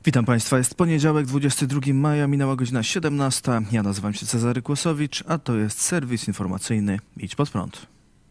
Witam Państwa. Jest poniedziałek, 22 maja, minęła godzina 17. Ja nazywam się Cezary Kłosowicz, a to jest serwis informacyjny Idź Pod Prąd.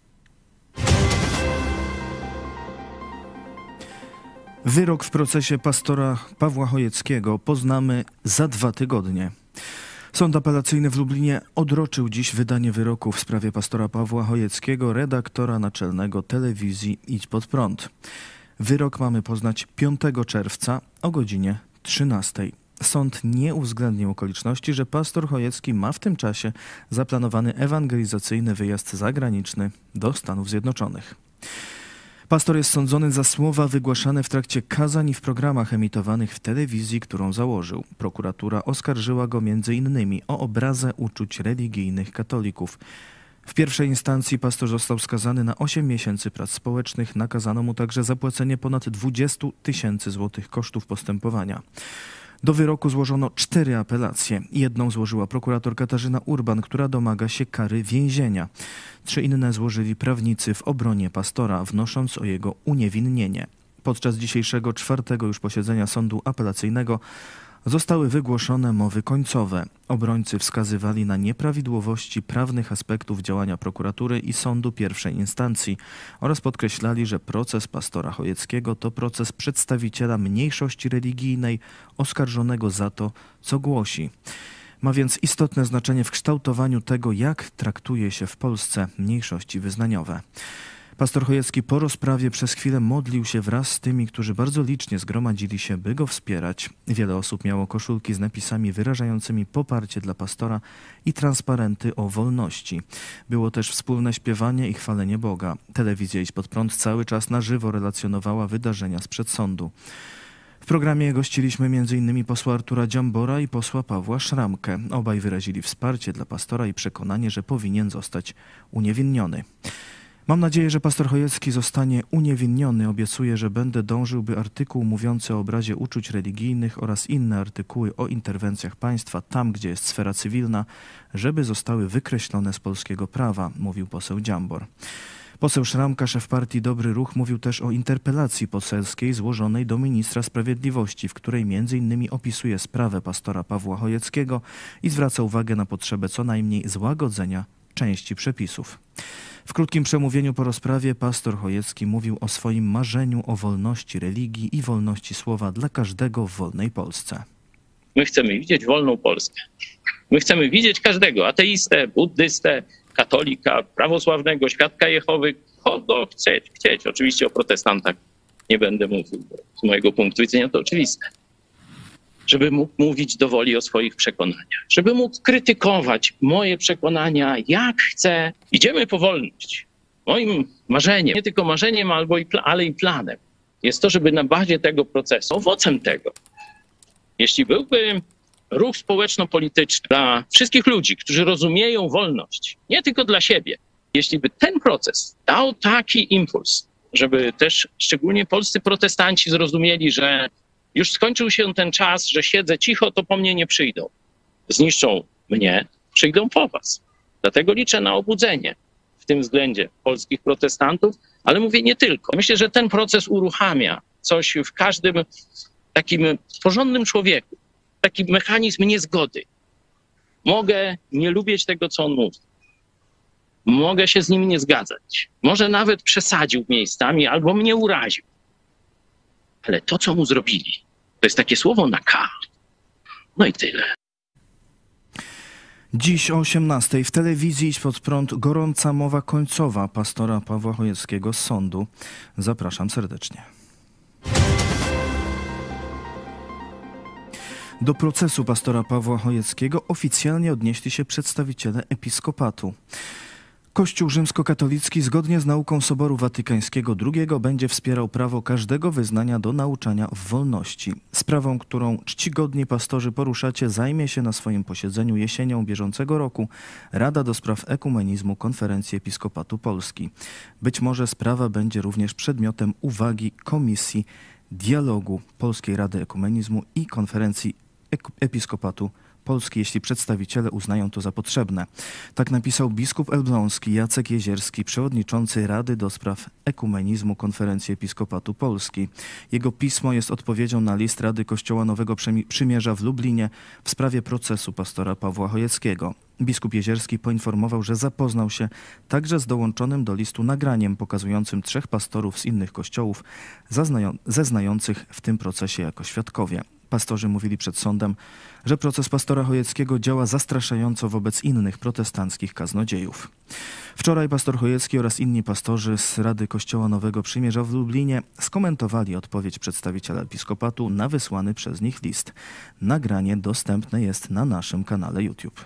Wyrok w procesie pastora Pawła Chojeckiego poznamy za 2 tygodnie. Sąd apelacyjny w Lublinie odroczył dziś wydanie wyroku w sprawie pastora Pawła Chojeckiego, redaktora naczelnego telewizji Idź Pod Prąd. Wyrok mamy poznać 5 czerwca o godzinie 13. Sąd nie uwzględnił okoliczności, że pastor Chojecki ma w tym czasie zaplanowany ewangelizacyjny wyjazd zagraniczny do Stanów Zjednoczonych. Pastor jest sądzony za słowa wygłaszane w trakcie kazań i w programach emitowanych w telewizji, którą założył. Prokuratura oskarżyła go m.in. o obrazę uczuć religijnych katolików. W pierwszej instancji pastor został skazany na 8 miesięcy prac społecznych. Nakazano mu także zapłacenie ponad 20 000 złotych kosztów postępowania. Do wyroku złożono 4 apelacje. Jedną złożyła prokurator Katarzyna Urban, która domaga się kary więzienia. 3 inne złożyli prawnicy w obronie pastora, wnosząc o jego uniewinnienie. Podczas dzisiejszego 4. już posiedzenia sądu apelacyjnego zostały wygłoszone mowy końcowe. Obrońcy wskazywali na nieprawidłowości prawnych aspektów działania prokuratury i sądu pierwszej instancji oraz podkreślali, że proces pastora Chojeckiego to proces przedstawiciela mniejszości religijnej oskarżonego za to, co głosi. Ma więc istotne znaczenie w kształtowaniu tego, jak traktuje się w Polsce mniejszości wyznaniowe. Pastor Chojecki po rozprawie przez chwilę modlił się wraz z tymi, którzy bardzo licznie zgromadzili się, by go wspierać. Wiele osób miało koszulki z napisami wyrażającymi poparcie dla pastora i transparenty o wolności. Było też wspólne śpiewanie i chwalenie Boga. Telewizja Idź Pod Prąd cały czas na żywo relacjonowała wydarzenia sprzed sądu. W programie gościliśmy m.in. posła Artura Dziambora i posła Pawła Szramkę. Obaj wyrazili wsparcie dla pastora i przekonanie, że powinien zostać uniewinniony. Mam nadzieję, że pastor Chojecki zostanie uniewinniony. Obiecuję, że będę dążył, by artykuł mówiący o obrazie uczuć religijnych oraz inne artykuły o interwencjach państwa tam, gdzie jest sfera cywilna, żeby zostały wykreślone z polskiego prawa, mówił poseł Dziambor. Poseł Szramka, szef partii Dobry Ruch, mówił też o interpelacji poselskiej złożonej do ministra sprawiedliwości, w której m.in. opisuje sprawę pastora Pawła Chojeckiego i zwraca uwagę na potrzebę co najmniej złagodzenia części przepisów. W krótkim przemówieniu po rozprawie pastor Chojecki mówił o swoim marzeniu o wolności religii i wolności słowa dla każdego w wolnej Polsce. My chcemy widzieć wolną Polskę. My chcemy widzieć każdego, ateistę, buddystę, katolika, prawosławnego, świadka Jehowy, kogo chcieć. Oczywiście o protestantach nie będę mówił, bo z mojego punktu widzenia to oczywiste. Żeby mógł mówić do woli o swoich przekonaniach, żeby mógł krytykować moje przekonania jak chce. Idziemy po wolność. Moim marzeniem, nie tylko marzeniem, ale i planem jest to, żeby na bazie tego procesu, owocem tego, jeśli byłby ruch społeczno-polityczny dla wszystkich ludzi, którzy rozumieją wolność, nie tylko dla siebie, jeśli by ten proces dał taki impuls, żeby też szczególnie polscy protestanci zrozumieli, że już skończył się ten czas, że siedzę cicho, to po mnie nie przyjdą. Zniszczą mnie, przyjdą po was. Dlatego liczę na obudzenie w tym względzie polskich protestantów, ale mówię nie tylko. Myślę, że ten proces uruchamia coś w każdym takim porządnym człowieku, taki mechanizm niezgody. Mogę nie lubić tego, co on mówi. Mogę się z nim nie zgadzać. Może nawet przesadził miejscami albo mnie uraził. Ale to, co mu zrobili, to jest takie słowo na K. No i tyle. Dziś o 18:00 w telewizji Idź Pod Prąd gorąca mowa końcowa pastora Pawła Chojeckiego z sądu. Zapraszam serdecznie. Do procesu pastora Pawła Chojeckiego oficjalnie odnieśli się przedstawiciele episkopatu. Kościół rzymskokatolicki zgodnie z nauką Soboru Watykańskiego II będzie wspierał prawo każdego wyznania do nauczania w wolności. Sprawą, którą czcigodni pastorzy poruszacie, zajmie się na swoim posiedzeniu jesienią bieżącego roku Rada do Spraw Ekumenizmu Konferencji Episkopatu Polski. Być może sprawa będzie również przedmiotem uwagi Komisji Dialogu Polskiej Rady Ekumenizmu i Konferencji Episkopatu Polski, jeśli przedstawiciele uznają to za potrzebne. Tak napisał biskup elbląski Jacek Jezierski, przewodniczący Rady do Spraw Ekumenizmu Konferencji Episkopatu Polski. Jego pismo jest odpowiedzią na list Rady Kościoła Nowego Przymierza w Lublinie w sprawie procesu pastora Pawła Chojeckiego. Biskup Jezierski poinformował, że zapoznał się także z dołączonym do listu nagraniem pokazującym 3 pastorów z innych kościołów zeznających w tym procesie jako świadkowie. Pastorzy mówili przed sądem, że proces pastora Chojeckiego działa zastraszająco wobec innych protestanckich kaznodziejów. Wczoraj pastor Chojecki oraz inni pastorzy z Rady Kościoła Nowego Przymierza w Lublinie skomentowali odpowiedź przedstawiciela episkopatu na wysłany przez nich list. Nagranie dostępne jest na naszym kanale YouTube.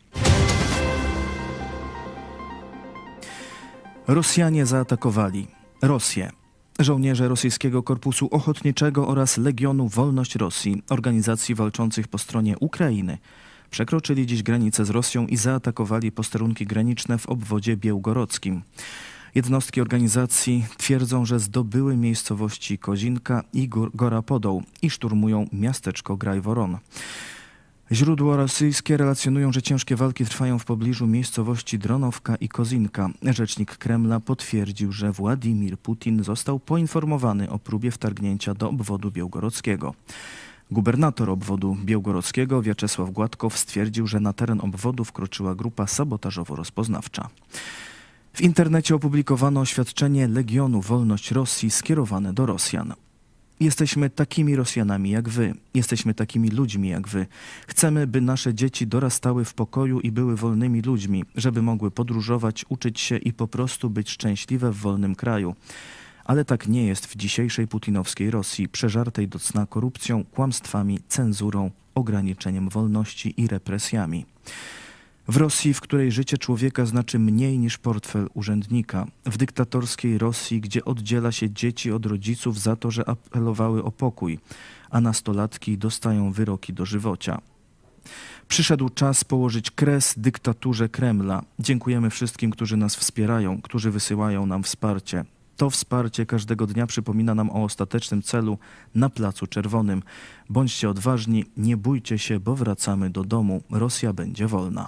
Rosjanie zaatakowali Rosję. Żołnierze rosyjskiego Korpusu Ochotniczego oraz Legionu Wolność Rosji, organizacji walczących po stronie Ukrainy, przekroczyli dziś granicę z Rosją i zaatakowali posterunki graniczne w obwodzie białgorodzkim. Jednostki organizacji twierdzą, że zdobyły miejscowości Kozinka i Gora Podoł i szturmują miasteczko Grajworon. Źródła rosyjskie relacjonują, że ciężkie walki trwają w pobliżu miejscowości Dronowka i Kozinka. Rzecznik Kremla potwierdził, że Władimir Putin został poinformowany o próbie wtargnięcia do obwodu białgorodzkiego. Gubernator obwodu białgorodzkiego Wiaczesław Gładkow stwierdził, że na teren obwodu wkroczyła grupa sabotażowo-rozpoznawcza. W internecie opublikowano oświadczenie Legionu Wolność Rosji skierowane do Rosjan. Jesteśmy takimi Rosjanami jak wy. Jesteśmy takimi ludźmi jak wy. Chcemy, by nasze dzieci dorastały w pokoju i były wolnymi ludźmi, żeby mogły podróżować, uczyć się i po prostu być szczęśliwe w wolnym kraju. Ale tak nie jest w dzisiejszej putinowskiej Rosji, przeżartej do cna korupcją, kłamstwami, cenzurą, ograniczeniem wolności i represjami. W Rosji, w której życie człowieka znaczy mniej niż portfel urzędnika. W dyktatorskiej Rosji, gdzie oddziela się dzieci od rodziców za to, że apelowały o pokój, a nastolatki dostają wyroki dożywocia. Przyszedł czas położyć kres dyktaturze Kremla. Dziękujemy wszystkim, którzy nas wspierają, którzy wysyłają nam wsparcie. To wsparcie każdego dnia przypomina nam o ostatecznym celu na Placu Czerwonym. Bądźcie odważni, nie bójcie się, bo wracamy do domu. Rosja będzie wolna.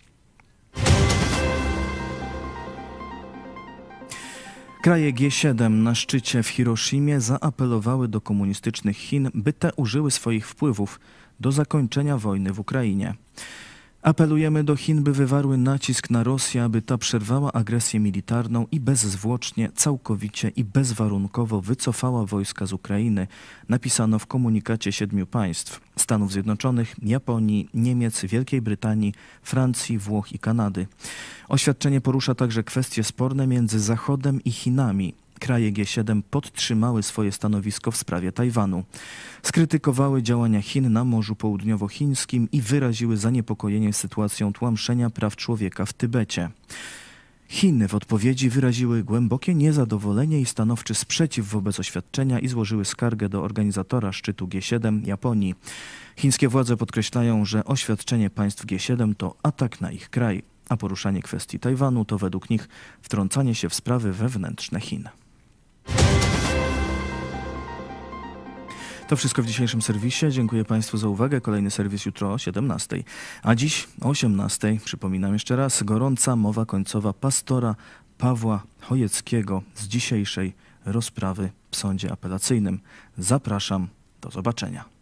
Kraje G7 na szczycie w Hiroshimie zaapelowały do komunistycznych Chin, by te użyły swoich wpływów do zakończenia wojny w Ukrainie. Apelujemy do Chin, by wywarły nacisk na Rosję, aby ta przerwała agresję militarną i bezzwłocznie, całkowicie i bezwarunkowo wycofała wojska z Ukrainy, napisano w komunikacie 7 państw: Stanów Zjednoczonych, Japonii, Niemiec, Wielkiej Brytanii, Francji, Włoch i Kanady. Oświadczenie porusza także kwestie sporne między Zachodem i Chinami. Kraje G7 podtrzymały swoje stanowisko w sprawie Tajwanu. Skrytykowały działania Chin na Morzu Południowochińskim i wyraziły zaniepokojenie sytuacją tłamszenia praw człowieka w Tybecie. Chiny w odpowiedzi wyraziły głębokie niezadowolenie i stanowczy sprzeciw wobec oświadczenia i złożyły skargę do organizatora szczytu G7 Japonii. Chińskie władze podkreślają, że oświadczenie państw G7 to atak na ich kraj, a poruszanie kwestii Tajwanu to według nich wtrącanie się w sprawy wewnętrzne Chin. To wszystko w dzisiejszym serwisie. Dziękuję Państwu za uwagę. Kolejny serwis jutro o 17:00. A dziś o 18:00, przypominam jeszcze raz, gorąca mowa końcowa pastora Pawła Chojeckiego z dzisiejszej rozprawy w sądzie apelacyjnym. Zapraszam. Do zobaczenia.